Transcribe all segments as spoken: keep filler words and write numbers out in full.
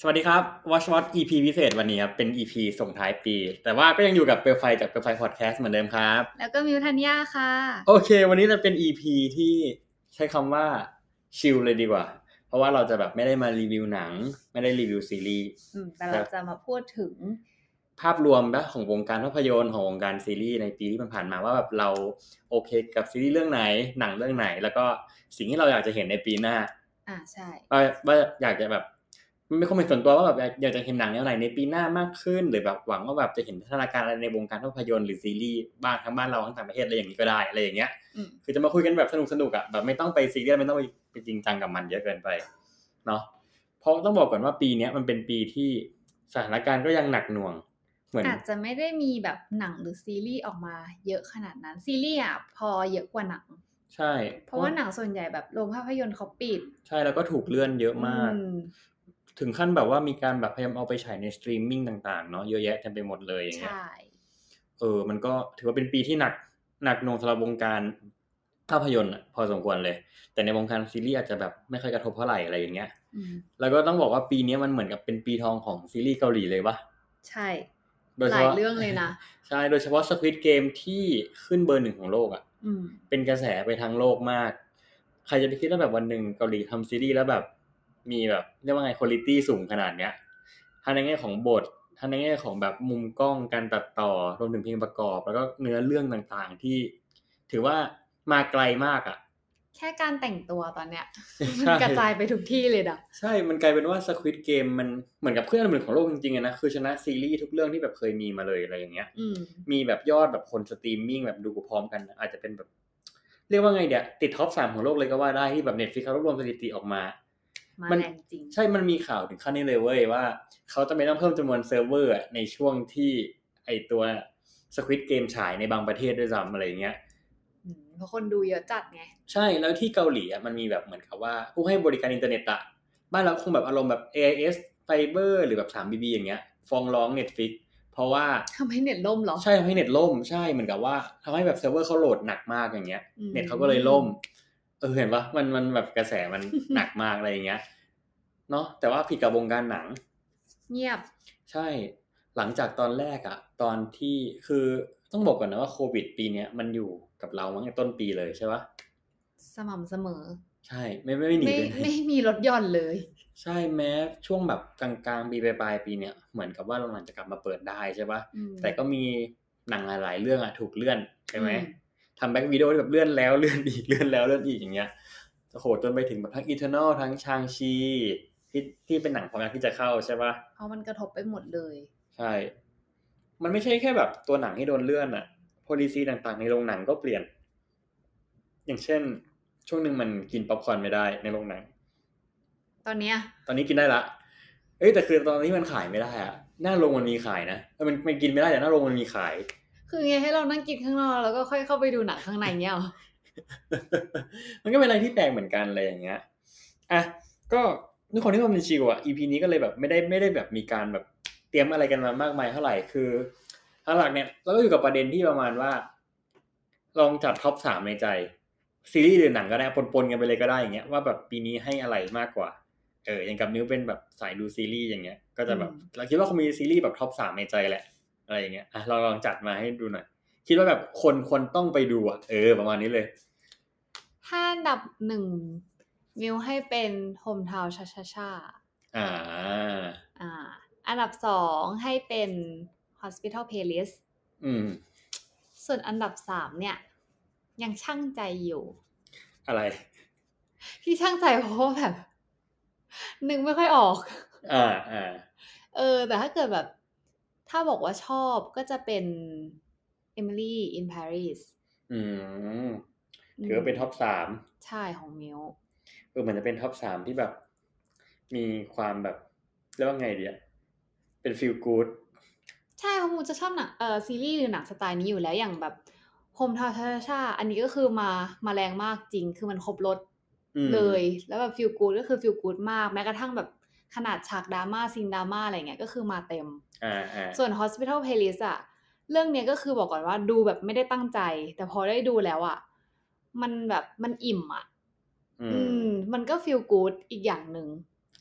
สวัสดีครับ Watch What อี พี พิเศษวันนี้ครับเป็น อี พี ส่งท้ายปี แต่ว่าก็ยังอยู่กับเปลวไฟจากเปลวไฟพอดแคสต์เหมือนเดิมครับแล้วก็มิวทัญญาค่ะโอเค วันนี้จะเป็น อี พี ที่ใช้คำว่าชิลเลยดีกว่า เพราะว่าเราจะแบบไม่ได้มารีวิวหนังไม่ได้รีวิวซีรีส์อืมแต่เราจะมาพูดถึงภาพรวมนะของวงการภาพยนตร์ของวงการซีรีส์ในปีที่ผ่านมาว่าแบบเราโอเคกับซีรีส์เรื่องไหนหนังเรื่องไหนแล้วก็สิ่งที่เราอยากจะเห็นในปีหน้าอ่าใช่ว่าว่าอยากจะแบบมันเป็นความเห็นส่วนตัวว่าแบบอยากจะเห็นหนังแนวไหนในปีหน้ามากขึ้นหรือแบบหวังว่าแบบจะเห็นพัฒนาการอะไรในวงการภาพยนตร์หรือซีรีส์บ้างทั้งบ้านเราทั้งต่างประเทศอะไรอย่างนี้ก็ได้อะไรอย่างเงี้ยคือจะมาคุยกันแบบสนุกๆอ่ะแบบไม่ต้องไปซีเรียสไม่ต้องไปไปจริงจังกับมันเยอะเกินไปเนาะเพราะต้องบอกก่อนว่าปีนี้มันเป็นปีที่สถานการณ์ก็ยังหนักหน่วงเหมือนอาจจะไม่ได้มีแบบหนังหรือซีรีส์ออกมาเยอะขนาดนั้นซีรีส์อ่ะพอเยอะกว่าหนังใช่เพราะว่าหนังส่วนใหญ่แบบโรงภาพยนตร์เขาปิดใช่แล้วก็ถูกเลื่อนเยอะมากถึงขั้นแบบว่ามีการแบบพยายามเอาไปฉายในสตรีมมิ่งต่างๆเนาะเยอะแยะเต็มไปหมดเลยอย่างเงี้ยเออมันก็ถือว่าเป็นปีที่หนักหนักหน่วงสำหรับวงการภาพยนตร์พอสมควรเลยแต่ในวงการซีรีส์อาจจะแบบไม่ค่อยกระทบเท่าไหร่อะไรอย่างเงี้ยแล้วก็ต้องบอกว่าปีนี้มันเหมือนกับเป็นปีทองของซีรีส์เกาหลีเลยปะใช่หลายเรื่องเลยนะใช่โดยเฉพาะ Squid Game ที่ขึ้นเบอร์หนึ่งของโลกอ่ะเป็นกระแสไปทั้งโลกมากใครจะไปคิดว่าแบบวันหนึ่งเกาหลีทำซีรีส์แล้วแบบมีแบบเรียกว่าไงคุณภาพสูงขนาดเนี้ยทั้งในแง่ของบททั้งในแง่ของแบบมุมกล้องการตัดต่อรวมถึงเพลงประกอบแล้วก็เนื้อเรื่องต่างๆที่ถือว่ามาไกลมากอ่ะแค่การแต่งตัวตอนเนี้ยมันกระจายไปทุกที่เลยนะใช่มันกลายเป็นว่า Squid Game มันเหมือนกับเพื่อนหนึ่งของโลกจริงๆนะคือชนะซีรีส์ทุกเรื่องที่แบบเคยมีมาเลยอะไรอย่างเงี้ยมีแบบยอดแบบคนสตรีมมิ่งแบบดูพร้อมกันอาจจะเป็นแบบเรียกว่าไงเดี๋ยวติดท็อปสามของโลกเลยก็ว่าได้ที่แบบ Netflix เขารวบรวมสถิติออกมามันจริงใช่มันมีข่าวถึงขั้นนี้เลยเว้ยว่าเขาจะไม่ต้องเพิ่มจำนวนเซิร์ฟเวอร์ในช่วงที่ไอตัว Squid Game ฉายในบางประเทศด้วยซ้ำอะไรอย่างเงี้ยเพราะคนดูเยอะจัดไงใช่แล้วที่เกาหลีอ่ะมันมีแบบเหมือนกับว่าผู้ให้บริการอินเทอร์เน็ตอ่ะบ้านเราคงแบบอารมณ์แบบ เอ ไอ เอส Fiber หรือแบบ ทรี บี บี อย่างเงี้ยฟ้องร้อง Netflix เพราะว่าทำให้เน็ตล่มเหรอใช่ทำให้เน็ตล่มใช่เหมือนกับว่าทำให้แบบเซิร์ฟเวอร์เขาโหลดหนักมากอย่างเงี้ยเน็ตเขาก็เลยล่มเออเห็นปะมันมันแบบกระแสมันหนักมากอะไรอย่างเงี้ยเนาะแต่ว่าผิดกับวงการหนังเงียบใช่หลังจากตอนแรกอะตอนที่คือต้องบอกก่อนนะว่าโควิดปีนี้มันอยู่กับเรามาตั้งแต่ต้นปีเลยใช่ปะสม่ำเสมอใช่ไม่ไม่ไม่หนีไปไหนไม่มีลดหย่อนเลยใช่แม้ช่วงแบบกลางๆปีปลายปีเนี่ยเหมือนกับว่าโรงหนังจะกลับมาเปิดได้ใช่ปะแต่ก็มีหนังหลายๆเรื่องอะถูกเลื่อนใช่ไหมทำแบ็ควิดีโอที่แบบเลื่อนแล้วเลื่อนอีกเลื่อนแล้วเลื่อนอีกอย่างเงี้ยโอ้โหจนไปถึงแบบทั้ง Eternal ทั้งชางชีที่ที่เป็นหนังพร้อมยักษ์ที่จะเข้าใช่ปะเอามันกระทบไปหมดเลยใช่มันไม่ใช่แค่แบบตัวหนังที่โดนเลื่อนอะ policy ต่างๆในโรงหนังก็เปลี่ยนอย่างเช่นช่วงนึงมันกินป๊อปคอร์นไม่ได้ในโรงหนังตอนเนี้ยตอนนี้กินได้ละเอ้ยแต่คือตอนนี้มันขายไม่ได้อะหน้าโรงมันมีขายนะมันมันกินไม่ได้แต่หน้าโรงมันมีขายคือไงให้เรานั่งกินข้างนอกแล้วก็ค่อยเข้าไปดูหนังข้างในเงี้ยหรอมันก็เป็นอะไรที่แปลกเหมือนกันอะไรอย่างเงี้ยอ่ะก็ด้วยความที่มันเป็นชิลอ่ะ อี พี นี้ก็เลยแบบไม่ได้ไม่ได้แบบมีการแบบเตรียมอะไรกันมามากมายเท่าไหร่คือหลักเนี่ยเราก็อยู่กับประเด็นที่ประมาณว่าลองจัดท็อปสามในใจซีรีส์หรือหนังก็ได้ปนๆกันไปเลยก็ได้อย่างเงี้ยว่าแบบปีนี้ให้อะไรมากกว่าเอออย่างกับนิ้วเป็นแบบสายดูซีรีส์อย่างเงี้ยก็จะแบบเราคิดว่าคงมีซีรีส์แบบท็อปสามในใจแหละอะไรอย่างเงี้ยอ่ะเราลองจัดมาให้ดูหน่อยคิดว่าแบบคนคนต้องไปดูอ่ะเออประมาณนี้เลยถ้าอันดับหนึ่งมิวให้เป็นโฮมทาวน์ชาชาชาอ่าอ่าอันดับสองให้เป็น Hospital Playlist อืมส่วนอันดับสามเนี่ยยังชั่งใจอยู่อะไรที่ชั่งใจเพราะว่าแบบนึกไม่ค่อยออกอ่าอ่าเออแต่ถ้าเกิดแบบถ้าบอกว่าชอบก็จะเป็น Emily in Paris อืมถือว่าเป็นท็อปสามใช่ของมิวเออเหมือนจะเป็นท็อปสามที่แบบมีความแบบเรียกว่าไงดีอ่ะเป็นฟีลกู๊ดใช่เพราะมิวจะชอบหนังเอ่อซีรีส์หรือหนังสไตล์นี้อยู่แล้วอย่างแบบโฮมทาวน์ชาชาอันนี้ก็คือมามาแรงมากจริงคือมันครบรสเลยแล้วแบบฟีลกู๊ดก็คือฟีลกู๊ดมากแม้กระทั่งแบบขนาดฉากดราม่าซีนดราม่าอะไรเงี้ยก็คือมาเต็มอ่าอ่าส่วน Hospital Playlist อะเรื่องนี้ก็คือบอกก่อนว่าดูแบบไม่ได้ตั้งใจแต่พอได้ดูแล้วอะมันแบบมันอิ่มอะอืมมันก็ฟีลกู๊ดอีกอย่างนึง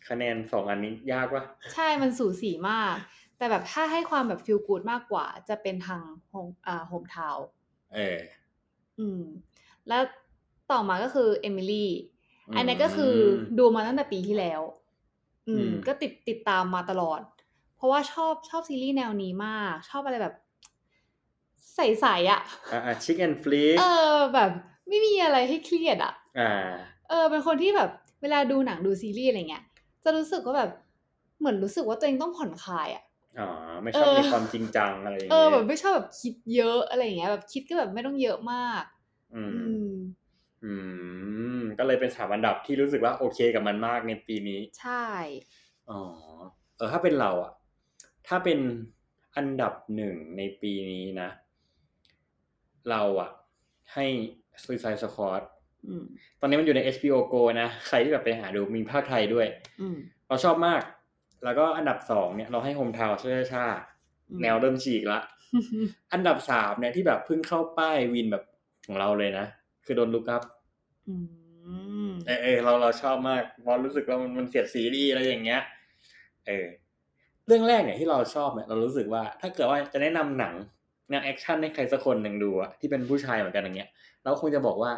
คะแนนสองอันนี้ยากปะใช่มันสูสีมากแต่แบบถ้าให้ความแบบ feel good มากกว่าจะเป็นทางโฮมอ่าโฮมทาวน์เอออืมแล้วต่อมาก็คือเอมิลี่อือันนี้ก็คือมดูมาตั้งแต่ปีที่แล้ว อือืมมก็ติดติดตามมาตลอด เพราะว่าชอบชอบซีรีส์แนวนี้มาก ชอบอะไรแบบ ใสๆอ่ะอ่าชิคแอนฟลิกเออแบบไม่มีอะไรให้เครียดอ่ะอ่าเออเป็นคนที่แบบเวลาดูหนังดูซีรีส์อะไรเงี้ยจะรู้สึกว่าแบบเหมือนรู้สึกว่าตัวเองต้องผ่อนคลายอ่ะอ๋อไม่ชอบเออมีความจริงจังอะไรอย่างเออเงี้แบยบไม่ชอบแบบคิดเยอะอะไรอย่างเงี้ยแบบคิดก็แบบไม่ต้องเยอะมากอือืมมอืมก็เลยเป็นสามอันดับที่รู้สึกว่าโอเคกับมันมากในปีนี้ใช่อ๋อเออถ้าเป็นเราอ่ะ ถ้าเป็นอันดับหนึ่งในปีนี้นะ เราอ่ะให้ Suicide Squad อืมตอนนี้มันอยู่ใน เอช บี โอ Go นะใครที่แบบไปหาดูมีภาคไทยด้วยอืมเราชอบมาก แล้วก็อันดับสองเนี่ยเราให้ Hometown ช่าช่าอืมแนวเริ่มฉีกละ อันดับสามเนี่ยที่แบบเพิ่งเข้าป้ายวินแบบของเราเลยนะคือ Don't Look Up อืมเออเออเราเราชอบมากเพราะรู้สึกว่ามันมันเสียดสีดีอะไรอย่างเงี้ยเออเรื่องแรกเนี่ยที่เราชอบเนี่ยเรารู้สึกว่าถ้าเกิดว่าจะแนะนำหนังแนวแอคชั่นให้ใครสักคนหนึ่งดูอะที่เป็นผู้ชายเหมือนกันอย่างเงี้ยเราคงจะบอกว่า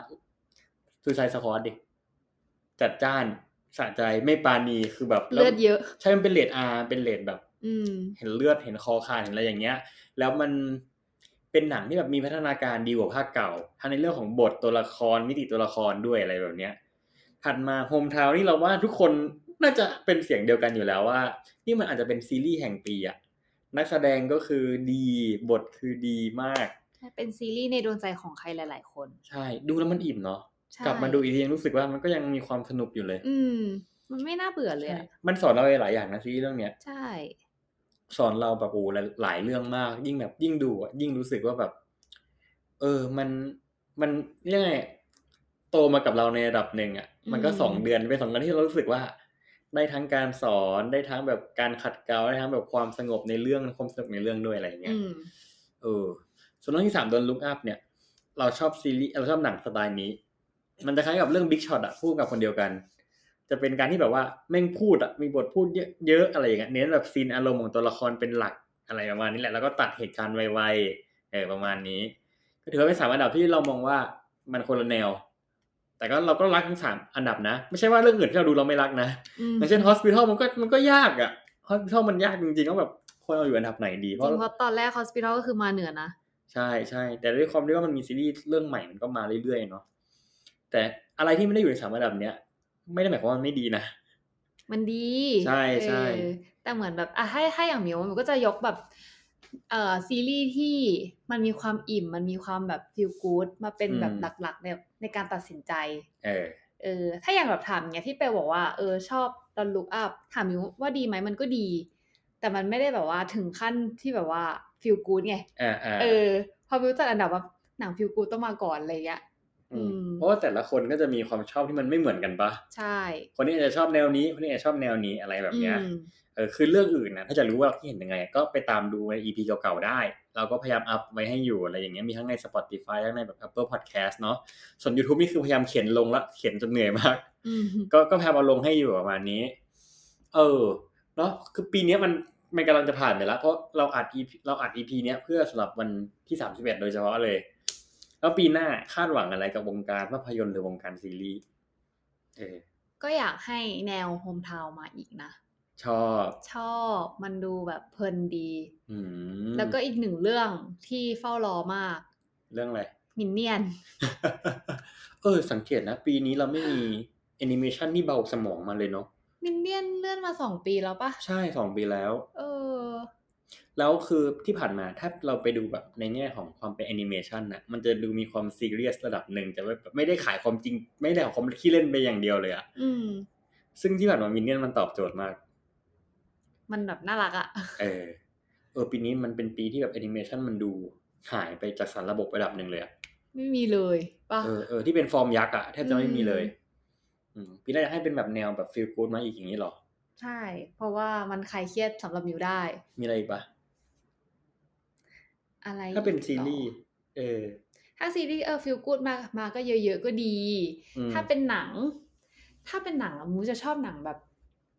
Suicide Squad ดิจัดจ้านสะใจไม่ปราณีคือแบบเลือดเยอะใช่มันเป็นเรท R เป็นเรทแบบอืมเห็นเลือดเห็นคอขาดเห็นอะไรอย่างเงี้ยแล้วมันเป็นหนังที่แบบมีพัฒนาการดีกว่าภาคเก่าทั้งในเรื่องของบทตัวละครมิติตัวละครด้วยอะไรแบบเนี้ยถัดมาโฮมทาวน์นี่เราว่าทุกคนน่าจะเป็นเสียงเดียวกันอยู่แล้วว่านี่มันอาจจะเป็นซีรีส์แห่งปีอะนักแสดงก็คือดีบทคือดีมากเป็นซีรีส์ในดวงใจของใครหลายๆคนใช่ดูแล้วมันอิ่มเนาะใช่กลับมาดูอีกทียังรู้สึกว่ามันก็ยังมีความสนุกอยู่เลยอืม มันไม่น่าเบื่อเลยใช่อะมันสอนเราหลายอย่างนะซีรีส์เรื่องเนี้ยใช่สอนเราแบบโอ้หลายเรื่องมากยิ่งแบบยิ่งดูอ่ะยิ่งรู้สึกว่าแบบ เออมันมันเรียกไงโตมากับเราในระดับหนึ่งอ่ะมันก็อืมสองเดือนเป็นสองเดือนที่เรารู้สึกว่า ได้ทั้งการสอนได้ทั้งแบบการขัดเกลาได้ทั้งแบบความสงบในเรื่องความสนุกในเรื่องด้วยอะไรอย่างเงี้อืยมเออส่วนเรื่องที่สามDon't Look Up เนี่ย เราชอบซีรีส์เราชอบหนังสไตล์นี้ มันจะคล้ายกับเรื่อง Big Shot อ่ะพูดกับคนเดียวกัน จะเป็นการที่แบบว่าแม่งพูดอ่ะมีบทพูดเยอะๆอะไรอย่างเงี้ยเน้นแบบซีนอารมณ์ของตัวละครเป็นหลักอะไรประมาณนี้แหละแล้วก็ตัดเหตุการณ์ไวๆเออประมาณนี้ก็ถือว่าเป็นสามอันดับที่เรามองว่ามันคนละแนว แต่ก็เราก็รักทั้งสามอันดับนะไม่ใช่ว่าเรื่องอื่นที่เราดูเราไม่รักนะอืมอย่างเช่น Hospital มันก็มันก็ยากอ่ะ Hospital มันยากจริงๆก็แบบควรเอาอยู่อันดับไหนดีเพจริราะงเพราะตอนแรก Hospital ก็คือมาเหนือนะใช่ใช่แต่ด้วยความที่ว่ามันมีซีรีส์เรื่องใหม่มันก็มาเรื่อยๆเนาะแต่อะไรที่ไม่ได้อยู่ในสามอันดับเนี้ยไม่ได้หมายความว่ามันไม่ดีนะมันดีใช่ใช่เออแต่เหมือนแบบอ่ะให้ให้อย่างมิวมันก็จะยกแบบเอ่อซีรีส์ที่มันมีความอิ่มมันมีความแบบ feel good มาเป็นแบบหลักๆในในการตัดสินใจเออเออถ้าอย่างแบบถามอย่างเงี้ยที่เปลบอกว่าเออชอบ Don't Look Up ถามมิวว่าดีไหมมันก็ดี แต่มันไม่ได้แบบว่าถึงขั้นที่แบบว่า feel good ไงอ่าอ่าเออพอมิวจัดอันดับว่าหนัง feel good ต้องมาก่อนอะไรอย่างเงี้ยอืมอืมเพราะว่าแต่ละคนก็จะมีความชอบที่มันไม่เหมือนกันปะใช่คนนี้อาจจะชอบแนวนี้คนนี้อาจจะชอบแนวนี้อะไรแบบเนี้ยอืมเออคือเรื่องอื่นนะถ้าจะรู้ว่าที่เห็นยังไง ก็ไปตามดูใน อี พี เก่าๆได้ เราก็พยายามอัพไว้ให้อยู่อะไรอย่างเงี้ยมีทั้งใน Spotify ทั้งในแบบ Apple Podcast เนาะส่วน YouTube นี่คือพยายามเขียนลงละเขียนจนเหนื่อยมากอืมก็ก็พยายามเอาลงให้อยู่ประมาณนี้ เออเนาะคือปีนี้มันมันกำลังจะผ่านไปแล้วเพราะเราอัด อี พี เราอัด อี พี เนี้ยเพื่อสำหรับวันที่สามสิบเอ็ดโดยเฉพาะเลยแล้วปีหน้าคาดหวังอะไรกับวงการภาพยนตร์หรือวงการซีรีส์เออก็อยากให้แนวโฮมทาวน์มาอีกนะชอบชอบมันดูแบบเพลินดีอืมแล้วก็อีกหนึ่งเรื่องที่เฝ้ารอมากเรื่องอะไรมินเนี่ยนเออสังเกตนะปีนี้เราไม่มีแอนิเมชันที่เบาสมองมาเลยเนาะมินเนี่ยนเลื่อนมาสองปีแล้วปะใช่สองปีแล้วเออแล้วคือที่ผ่านมาถ้าเราไปดูแบบในแง่ของความเป็นแอนิเมชันน่ะมันจะดูมีความซีเรียสระดับหนึ่งแต่ว่าไม่ได้ขายความจริงไม่ได้เอาความขี้เล่นไปอย่างเดียวเลยอะอืมซึ่งที่ผ่านมามินเนี่ยนมันตอบโจทย์มากมันแบบน่ารักอะเออเออปีนี้มันเป็นปีที่แบบแอนิเมชันมันดูหายไปจากสารระบบระดับหนึ่งเลยอะไม่มีเลยปะเออเออที่เป็นฟอร์มยักษ์อะแทบจะไม่มีเลยอืมอืมปีหน้าจะให้เป็นแบบแนวแบบฟีลกู๊ดมาอีกอย่างนี้หรอใช่ เพราะว่ามันคลายเครียดสำหรับมิวได้มีอะไรอีกปะอะไรถ้าเป็นอีกซีรีส์หอเออถ้าซีรีส์เออฟีลกู๊ดมามาก็เยอะๆก็ดีอืมถ้าเป็นหนัง ถ้าเป็นหนังอะมูจะชอบหนังแบบ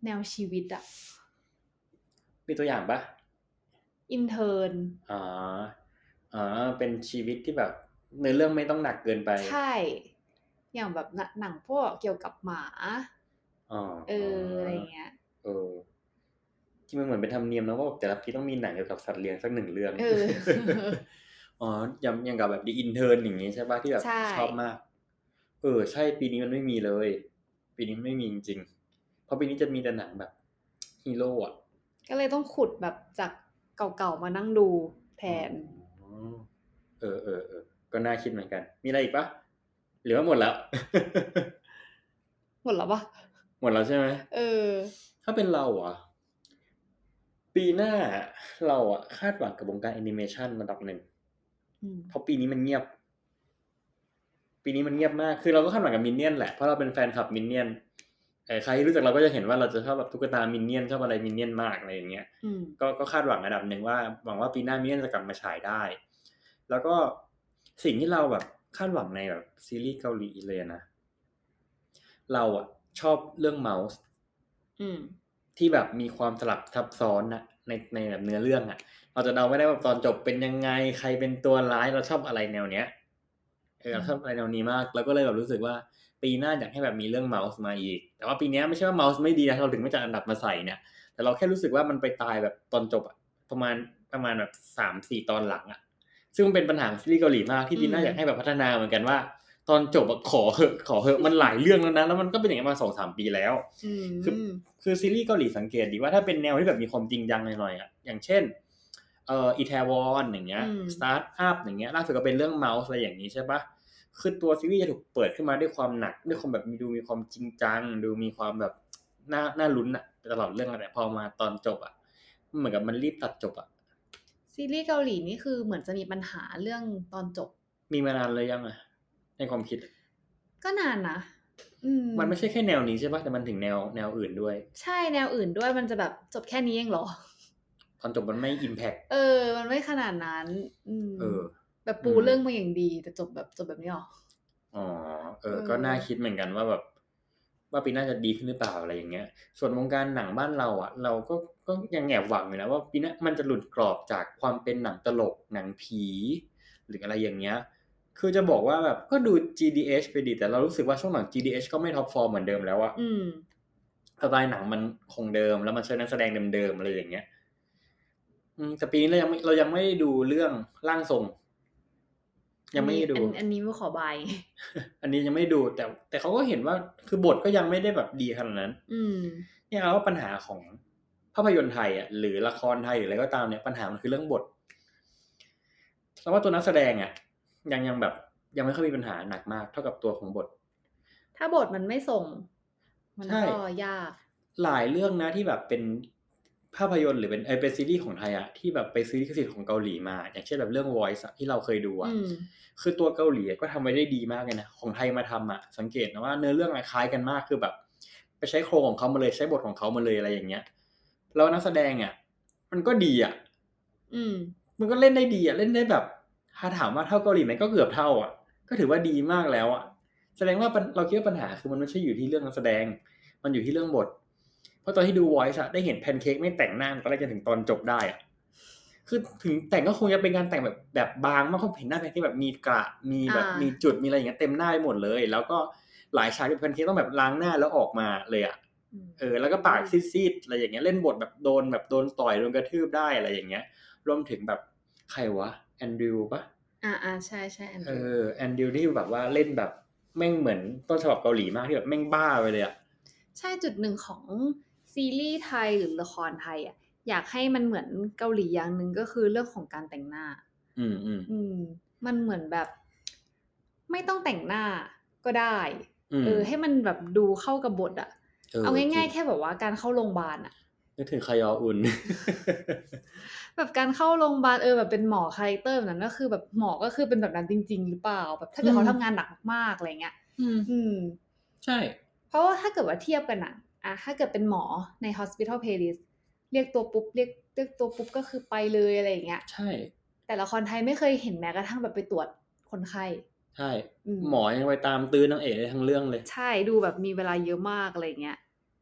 แนวชีวิตอะมีตัวอย่างปะอินเทิร์นอ๋ออ๋อเป็นชีวิตที่แบบเนื้อเรื่องไม่ต้องหนักเกินไปใช่อย่างแบบหนังพวกเกี่ยวกับหมาอ๋อเอออะไรเงี้ยเออที่มันเหมือนเป็นธรรมเนียมนะว่าแต่ละปีต้องมีหนังเกี่ยวกับสัตว์เลี้ยงสักหนึ่งเรื่องเอออ๋ออย่างอย่างกับแบบ The Intern อย่างงี้ใช่ปะที่แบบใช่ชอบมากเออใช่ปีนี้มันไม่มีเลยปีนี้ไม่มีจริงๆเพราะปีนี้จะมีแต่หนังแบบฮีโร่อะก็เลยต้องขุดแบบจากเก่าๆมานั่งดูแทนอ๋อเออเออเออก็น่าคิดเหมือนกันมีอะไรอีกปะหรือว่าหมดแล้วหมดแล้วปะหมดแล้วใช่ไหมเออถ้าเป็นเราอ่ะปีหน้าเราอ่ะคาดหวังกับวงการแอนิเมชันระดับหนึ่งอืมเพราะปีนี้มันเงียบ ปีนี้มันเงียบมาก คือเราก็คาดหวังกับมินเนี่ยนแหละ เพราะเราเป็นแฟนคลับมินเนี่ยนเออใครรู้จักเราก็จะเห็นว่าเราจะชอบแบบตุ๊กตามินเนี่ยนชอบอะไรมินเนี่ยนมากอะไรอย่างเงี้ยอืมก็ก็คาดหวังระดับหนึ่งว่าหวังว่าปีหน้ามินเนี่ยนจะกลับมาฉายได้ แล้วก็สิ่งที่เราแบบคาดหวังในแบบซีรีส์เกาหลีเลยนะ เราอ่ะชอบเรื่องเมาส์อืมที่แบบมีความสลับซับซ้อนนะในในแบบเนื้อเรื่องอ่ะ เราจะเดาไม่ได้ว่าตอนจบเป็นยังไงใครเป็นตัวร้ายเราชอบอะไรแนวเนี้ยเออเราชอบอะไรแนวนี้มากแล้วก็เลยแบบรู้สึกว่าปีหน้าอยากให้แบบมีเรื่องเมาส์มาอีกแต่ว่าปีนี้ไม่ใช่ว่าเมาส์ไม่ดีนะเราถึงไม่จัดอันดับมาใส่เนี่ยแต่เราแค่รู้สึกว่ามันไปตายแบบตอนจบอ่ะประมาณประมาณแบบสามสี่ตอนหลังอ่ะซึ่งมันเป็นปัญหาของซีรีส์เกาหลีมากที่ปีหน้าอยากให้แบบพัฒนาเหมือนกันว่าตอนจบอะขอเหอะขอเหอะมันหลายเรื่องแล้วนะแล้วมันก็เป็นอย่างนี้มาสองสามปีแล้วคือคือซีรีส์เกาหลีสังเกตดีว่าถ้าเป็นแนวที่แบบมีความจริงจังหน่อยๆอ่ะอย่างเช่นเอ่ออีแทวอนอย่างเงี้ยสตาร์ทอัพอย่างเงี้ยล่าสุดก็เป็นเรื่องเมาส์อะไรอย่างนี้ใช่ปะคือตัวซีรีส์จะถูกเปิดขึ้นมาด้วยความหนักด้วยความแบบมีดูมีความจริงจังดูมีความแบบน่าน่าลุ้นอ่ะตลอดเรื่องอะไรพอมาตอนจบอ่ะเหมือนกับมันรีบตัดจบอ่ะซีรีส์เกาหลีนี่คือเหมือนจะมีปัญหาเรื่องตอนจบมีมานานเลยยังอ่ะในความคิดก็นานนะอืมมันไม่ใช่แค่แนวนี้ใช่ปะแต่มันถึงแนวแนวอื่นด้วยใช่แนวอื่นด้วยมันจะแบบจบแค่นี้เองเหรอตอนจบมันไม่อิมแพคเออมันไม่ขนาดนั้นอืมเออแบบปูเรื่องมาอย่างดีแต่จบแบบจบแบบนี้หรออ๋อเออก็น่าคิดเหมือนกันว่าแบบว่าปีหน้าจะดีขึ้นหรือเปล่าอะไรอย่างเงี้ยส่วนวงการหนังบ้านเราอ่ะเราก็ก็ยังแอบหวังอยู่นะว่าปีหน้ามันจะหลุดกรอบจากความเป็นหนังตลกหนังผีหรืออะไรอย่างเงี้ยคือจะบอกว่าแบบก็ดู จี ดี เอช ไปดิแต่เรารู้สึกว่าช่วงหลัง จี ดี เอช ก็ไม่ท็อปฟอร์มเหมือนเดิมแล้วอะอืมสไตล์หนังมันคงเดิมแล้วมันใช้นักแสดงเดิมๆอะไรอย่างเงี้ยอืมแต่ปีนี้เรายังไม่เรายังไม่ได้ดูเรื่องร่างทรง ยังไม่ได้ดูอันนี้ไม่ขอบายอันนี้ยังไม่ดูแต่แต่เขาก็เห็นว่าคือบทก็ยังไม่ได้แบบดีขนาดนั้นอืมเนี่ยเอาว่าปัญหาของภาพยนตร์ไทยอ่ะหรือละครไทยหรืออะไรก็ตามเนี่ยปัญหามันคือเรื่องบทแล้วว่าตัวนักแสดงอ่ะยังยังแบบยังไม่ค่อยมีปัญหาหนักมากเท่ากับตัวของบทถ้าบทมันไม่ส่งมันก็ยากหลายเรื่องนะที่แบบเป็นภาพยนตร์หรือเป็นเออเป็นซีรีส์ของไทยอะที่แบบไปซื้อลิขสิทธิ์ของเกาหลีมาอย่างเช่นแบบเรื่อง Voice อะที่เราเคยดูอะคือตัวเกาหลีก็ทำไว้ได้ดีมากเลยนะของไทยมาทำอะสังเกตนะว่าเนื้อเรื่องคล้ายกันมากคือแบบไปใช้โครงของเขามาเลยใช้บทของเขามาเลยอะไรอย่างเงี้ยแล้วนักแสดงอะมันก็ดีอะมันก็เล่นได้ดีอะเล่นได้แบบถ้าถามว่าเท่าเกาหลีไหมก็เกือบเท่าอะก็ถือว่าดีมากแล้วอะแสดงว่าเราคิดว่าปัญหาคือมันไม่ใช่อยู่ที่เรื่องนักแสดงมันอยู่ที่เรื่องบทเพราะตอนที่ดู Voice อะได้เห็นแพนเค้กไม่แต่งหน้าตอนแรกจนถึงตอนจบได้อะคือถึงแต่งก็คงจะเป็นการแต่งแบบแบบบางมากเพราะเห็นหน้าแพนเค้กแบบมีกระมีแบบมีจุดมีอะไรอย่างเงี้ยเต็มหน้าไปหมดเลยแล้วก็หลายฉากที่แพนเค้กต้องแบบล้างหน้าแล้วออกมาเลยอะเออแล้วก็ปากซีดๆอะไรอย่างเงี้ยเล่นบทแบบโดนแบบโดนต่อยโดนกระทืบได้อะไรอย่างเงี้ยรวมถึงแบบใครวะแอนดรูว์ปะอ่าอ่าใช่ใช่แอนดรูว์เออแอนดรูว์ที่แบบว่าเล่นแบบแม่งเหมือนต้นฉบับเกาหลีมากที่แบบแม่งบ้าไปเลยอะใช่จุดหนึ่งของซีรีส์ไทยหรือละครไทยอ่ะอยากให้มันเหมือนเกาหลีอย่างหนึ่งก็คือเรื่องของการแต่งหน้าอืมอืมอืมมันเหมือนแบบไม่ต้องแต่งหน้าก็ได้เออให้มันแบบดูเข้ากับบทอ่ะเอาง่ายๆแค่แบบว่าการเข้าโรงพยาบาลอ่ะนึกถึงคยออุ่นแบบการเข้าโรงพยาบาลเออแบบเป็นหมอคาแรคเตอร์แบบนั้นก็คือแบบหมอก็คือเป็นแบบนั้นจริงๆหรือเปล่าแบบถ้าเกิดเขาทำงานหนักมากอะไรเงี้ยอืมใช่เพราะว่าถ้าเกิดว่าเทียบกันอะอะถ้าเกิดเป็นหมอใน hospital playlist เรียกตัวปุ๊บเรียกเรียกตัวปุ๊บก็คือไปเลยอะไรอย่างเงี้ยใช่แต่ละครไทยไม่เคยเห็นแม้กระทั่งแบบไปตรวจคนไข้ใช่หมอยังไปตามตื้อนางเอกได้ทั้งเรื่องเลยใช่ดูแบบมีเวลาเยอะมากอะไรเงี้ย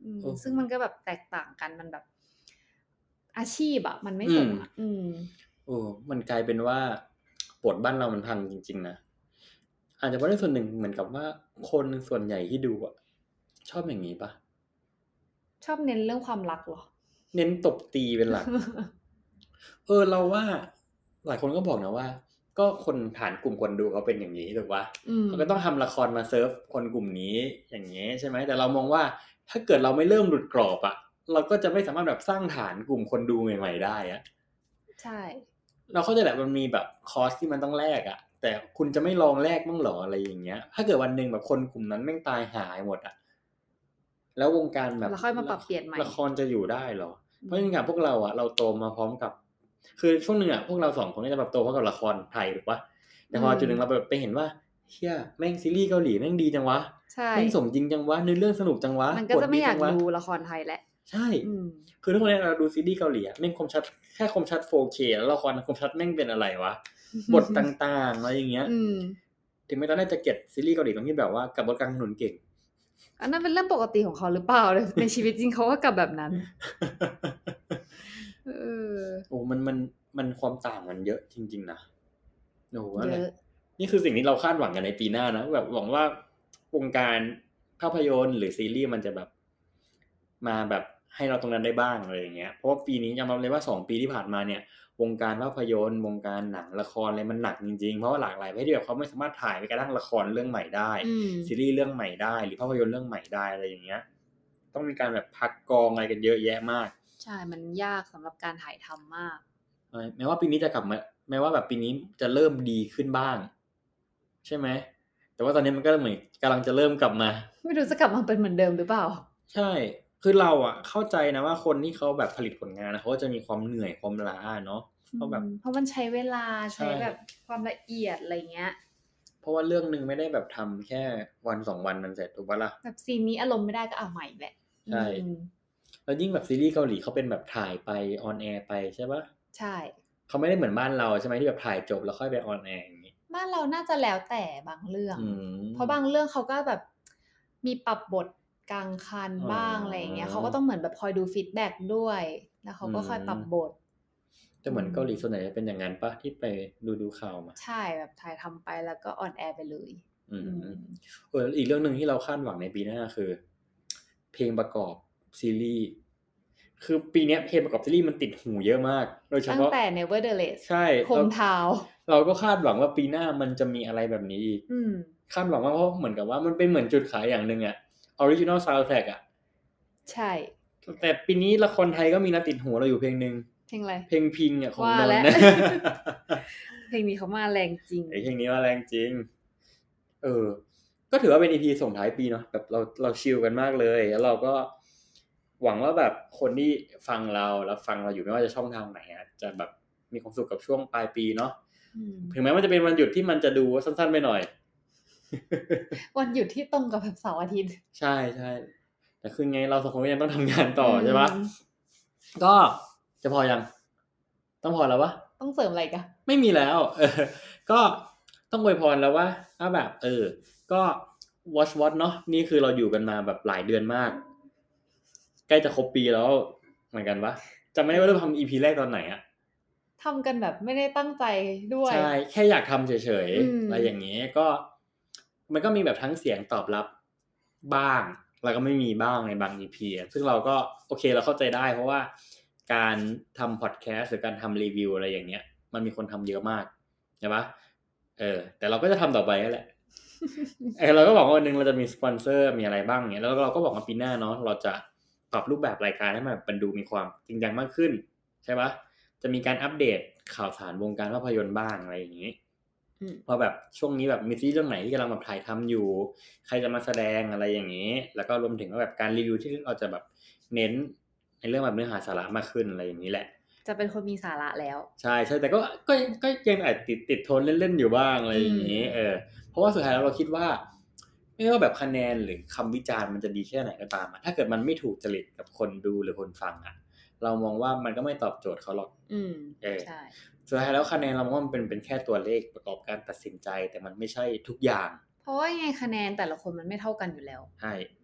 อืมโอ้ซึ่งมันก็แบบแตกต่างกันมันแบบ อาชีพอะมันไม่ส่งอะอืมโอ้มันกลายเป็นว่าบทบ้านเรามันพังจริงๆนะอาจจะเพราะในส่วนหนึ่งเหมือนกับว่าคนส่วนใหญ่ที่ดูอะชอบอย่างนี้ปะชอบเน้นเรื่องความรักเหรอเน้นตบตีเป็นหลัก เออเราว่าหลายคนก็บอกนะว่า ก็คนฐานกลุ่มคนดูเขาเป็นอย่างนี้ถูกปะอืมเขาก็ต้องทำละครมาเซิร์ฟคนกลุ่มนี้อย่างนี้ใช่ไหมแต่เรามองว่าถ้าเกิดเราไม่เริ่มหลุดกรอบอะเราก็จะไม่สามารถแบบสร้างฐานกลุ่มคนดูใหม่ๆได้อะใช่เราเข้าใจแหละมันมีแบบคอร์สที่มันต้องแลกอะแต่คุณจะไม่ลองแลกบ้างหรออะไรอย่างเงี้ย ถ้าเกิดวันหนึ่งแบบคนกลุ่มนั้นแม่งตายหายหมดอะแล้ววงการแบบแล้วค่อยมาปรับเปลี่ยนใหม่ละครจะอยู่ได้หรอ เพราะอย่างพวกเราอะเราโตมาพร้อมกับ คือช่วงหนึ่งอะพวกเราสองคนก็จะแบบโตพร้อมกับละครไทยถูกปะแต่พอจุดหนึ่งเราแบบไปเห็นว่าเชี่ยแม่งซีรีส์เกาหลีแม่งดีจังวะใช่แม่งสมจริงจังวะเนื้อเรื่องสนุกจังวะมันก็จะไม่อยากบทดีจังวะดูละครไทยแหละใช่อืมคือทุกวันนี้เราดูซีรีส์เกาหลีอะแม่งคมชัดแค่คมชัด โฟร์เค แล้วละครคมชัดแม่งเป็นอะไรวะ บทต่างๆอะไรอย่างเงี้ยอืมถึงแม้ตอนแรกจะเก็ตซีรีส์เกาหลีตรงที่แบบว่ากลับรถกลางถนนเก่งอันนั้นเป็นเรื่องปกติของเขาหรือเปล่า ในชีวิตจริงเขาก็กลับแบบนั้น เออโอ้มันมันมันความต่างมันเยอะจริงๆนะโอ้โหเยอะไรอะนี่คือสิ่งที่เราคาดหวังกันในปีหน้านะแบบหวังว่าวงการภาพยนตร์หรือซีรีส์มันจะแบบมาแบบให้เราตรงนั้นได้บ้างอะไรอย่างเงี้ยเพราะว่าปีนี้ยอมรับเลยว่าสองปีที่ผ่านมาเนี่ยวงการภาพยนตร์วงการหนังละครอะไรมันหนักจริงๆเพราะว่าหลากหลายประเภทที่แบบเขาไม่สามารถถ่ายไปกระทั่งละครเรื่องใหม่ได้อืมซีรีส์เรื่องใหม่ได้หรือภาพยนตร์เรื่องใหม่ได้อะไรอย่างเงี้ยต้องมีการแบบพักกองอะไรกันเยอะแยะมากใช่ มันยากสำหรับการถ่ายทำมากเออแม้ว่าปีนี้จะกลับมาแม้ว่าแบบปีนี้จะเริ่มดีขึ้นบ้างใช่ไหมแต่ว่าตอนนี้มันก็เหมือนกำลังจะเริ่มกลับมาไม่รู้จะกลับมาเป็นเหมือนเดิมหรือเปล่าใช่คือเราอ่ะเข้าใจนะว่าคนที่เขาแบบผลิตผลงานนะเขาก็จะมีความเหนื่อยความล้าเนาะเพราะแบบอืมเพราะมันใช้เวลาใช่ใช้แบบความละเอียดอะไรเงี้ยเพราะว่าเรื่องนึงไม่ได้แบบทำแค่วันสองวันมันเสร็จถูกปะล่ะแบบซีนนี้อารมณ์ไม่ได้ก็เอาใหม่แหละใช่อืมแล้วยิ่งแบบซีรีส์เกาหลีเขาเป็นแบบถ่ายไปออนแอร์ไปใช่ปะใช่เขาไม่ได้เหมือนบ้านเราใช่ไหมที่แบบถ่ายจบแล้วค่อยไปออนแอร์อย่างนี้บ้านเราน่าจะแล้วแต่บางเรื่องอืมเพราะบางเรื่องเขาก็แบบมีปรับบทกลางคันอ๋อบ้างอะไรอย่างเงี้ยเขาก็ต้องเหมือนแบบคอยดูฟีดแบ็กด้วย แล้วเขาก็ค่อยปรับบทแต่เหมือนเกาหลีส่วนใหญ่จะเป็นอย่างนั้นปะที่ไปดูดูข่าวมาใช่แบบถ่ายทำไปแล้วก็ออนแอร์ไปเลยอืมอืมเอออีกเรื่องหนึ่งที่เราคาดหวังในปีหน้าคือ เพลงประกอบซีรีส์คือปีเนี้ยเพลงประกอบซีรีส์มันติดหูเยอะมาก โดยเฉตั้งพาะแต่ Nevertheless ใช่ Home Town เราก็คาดหวังว่าปีหน้ามันจะมีอะไรแบบนี้อีกอืมคาดหวังว่าเพราะเหมือนกับว่ามันเป็นเหมือนจุดขายอย่างหนึ่งอะ Original Soundtrack อะใช่แต่ปีนี้ละครไทยก็มีนะติดหูเราอยู่เพลงนึงเพลงอะไรเพลงพิงอะของว่านนแล้วท์เพลงนี้เขามาแรงจริงไอ้เพลงนี้มาแรงจริง เออ ก็ถือว่าเป็น อี พี ส่งท้ายปีเนาะแบบเราเราชิลกันมากเลยแล้วเราก็หวังว่าแบบคนที่ฟังเราแล้วฟังเราอยู่ไม่ว่าจะช่องทางไหนอะจะแบบมีความสุขกับช่วงปลายปีเนาะอืมถึงแม้ว่าจะเป็นวันหยุดที่มันจะดูสั้นๆไปหน่อยวันหยุดที่ตรงกับแบบเสาร์อาทิตย์ใช่ใช่แต่คือไงเราสองคนก็ยังต้องทำงานต่อใช่ปะอืมก็จะพอยังต้องพอแล้ววะต้องเสริมอะไรกันไม่มีแล้ว เออ ก็ต้องอวยพรแล้วว่าถ้าแบบ เออ ก็ watch watch เนาะนี่คือเราอยู่กันมาแบบหลายเดือนมาก ใกล้จะครบปีแล้วเหมือนกันปะจำไม่ได้ว่าเราทำ อี พี แรกตอนไหนอะทำกันแบบไม่ได้ตั้งใจด้วยใช่แค่อยากทำเฉยอืมๆอะไรอย่างเงี้ยก็ มันก็มีแบบทั้งเสียงตอบรับบ้างแล้วก็ไม่มีบ้างในบาง อี พี ซึ่งเราก็โอเคเราเข้าใจได้เพราะว่าการทำพอดแคสต์หรือการทำรีวิวอะไรอย่างเงี้ยมันมีคนทำเยอะมากใช่ปะเออแต่เราก็จะทำต่อไปนั่นแหละ เออเราก็บอกว่าวันนึงเราจะมีสปอนเซอร์มีอะไรบ้างเงี้ยแล้วเราก็บอกว่าปีหน้าเนาะเราจะปรับรูปแบบรายการให้มันมันดูมีความจริงจังมากขึ้นใช่ปะจะมีการอัปเดตข่าวสารวงการภาพยนตร์บ้างอะไรอย่างงี้เพราะแบบช่วงนี้แบบมีซีรีส์เรื่องไหนที่กำลังแบบถ่ายทำอยู่ใครจะมาแสดงอะไรอย่างนี้แล้วก็รวมถึงว่าแบบการรีวิวที่เราจะแบบเน้นในเรื่องแบบเนื้อหาสาระมากขึ้นอะไรอย่างนี้แหละจะเป็นคนมีสาระแล้วใช่ใช่แต่ก็ก็ก็ยังอาจติดติดโทนเล่นๆอยู่บ้างอะไรอย่างนี้เออเพราะว่าสุดท้ายแล้วเราคิดว่าไม่ว่าแบบคะแนนหรือคำวิจารณ์มันจะดีแค่ไหนก็ตามถ้าเกิดมันไม่ถูกจริตกับคนดูหรือคนฟังอ่ะเรามองว่ามันก็ไม่ตอบโจทย์เขาหรอกอืมเออใช่สุดท้ายแล้วคะแนนเรามองว่ามันเป็นเป็นแค่ตัวเลขประกอบการตัดสินใจแต่มันไม่ใช่ทุกอย่างเพราะว่ายังไงคะแนนแต่ละคนมันไม่เท่ากันอยู่แล้วใช่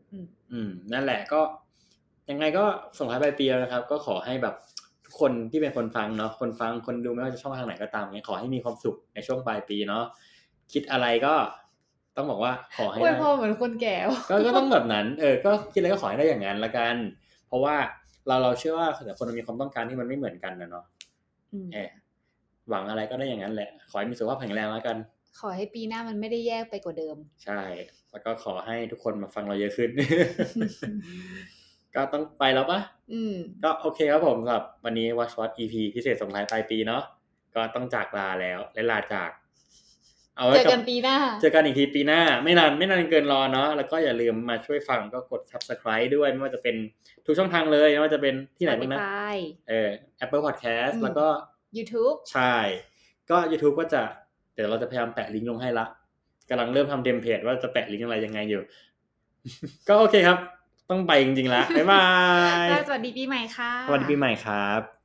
อืมอืมนั่นแหละก็ยังไงก็ส่งท้ายปลายปีแล้วนะครับก็ขอให้แบบทุกคนที่เป็นคนฟังเนาะคนฟังคนดูไม่ว่าจะช่องทางไหนก็ตามเนี่ยขอให้มีความสุขในช่วงปลายปีเนาะคิดอะไรก็ต้องบอกว่าขอให้อวยได้พรเหมือนคนแก่ก็ก็ต้องแบบนั้นเออก็คิดอะไรก็ขอให้ได้อย่างนั้นละกันเพราะว่าเราเราเชื่อว่าแต่คนมันมีความต้องการที่มันไม่เหมือนกันนะเนาะอืมเออหวังอะไรก็ได้อย่างนั้นแหละขอให้มีสุขภาพแข็งแรงแล้วกันขอให้ปีหน้ามันไม่ได้แย่ไปกว่าเดิมใช่แล้วก็ขอให้ทุกคนมาฟังเราเยอะขึ้น ก็ต้องไปแล้วปะอืมก็โอเคครับผมสำหรับวันนี้ Watch What อี พี พิเศษส่งท้ายปลายปีเนาะก็ต้องจากลาแล้วและลาจากเอาไว้เจอกันปีหน้าเจอกันอีกทีปีหน้าไม่นานไม่นานเกินรอเนาะแล้วก็อย่าลืมมาช่วยฟังก็กด Subscribe ด้วยไม่ว่าจะเป็นทุกช่องทางเลยไม่ว่าจะเป็นที่ไหนบ้างนะ Spotify เออ Apple Podcast อืมแล้วก็ YouTube ใช่ก็ YouTube ก็จะเดี๋ยวเราจะพยายามแปะลิงก์ลงให้ละกำลังเริ่มทำเทมเพลตว่าจะแปะลิงก์อะไรยังไงอยู่ ก็โอเคครับต้องไปจริงๆแล้วบ๊ายบายสวัสดีปีใหม่ค่ะสวัสดีปีใหม่ครับ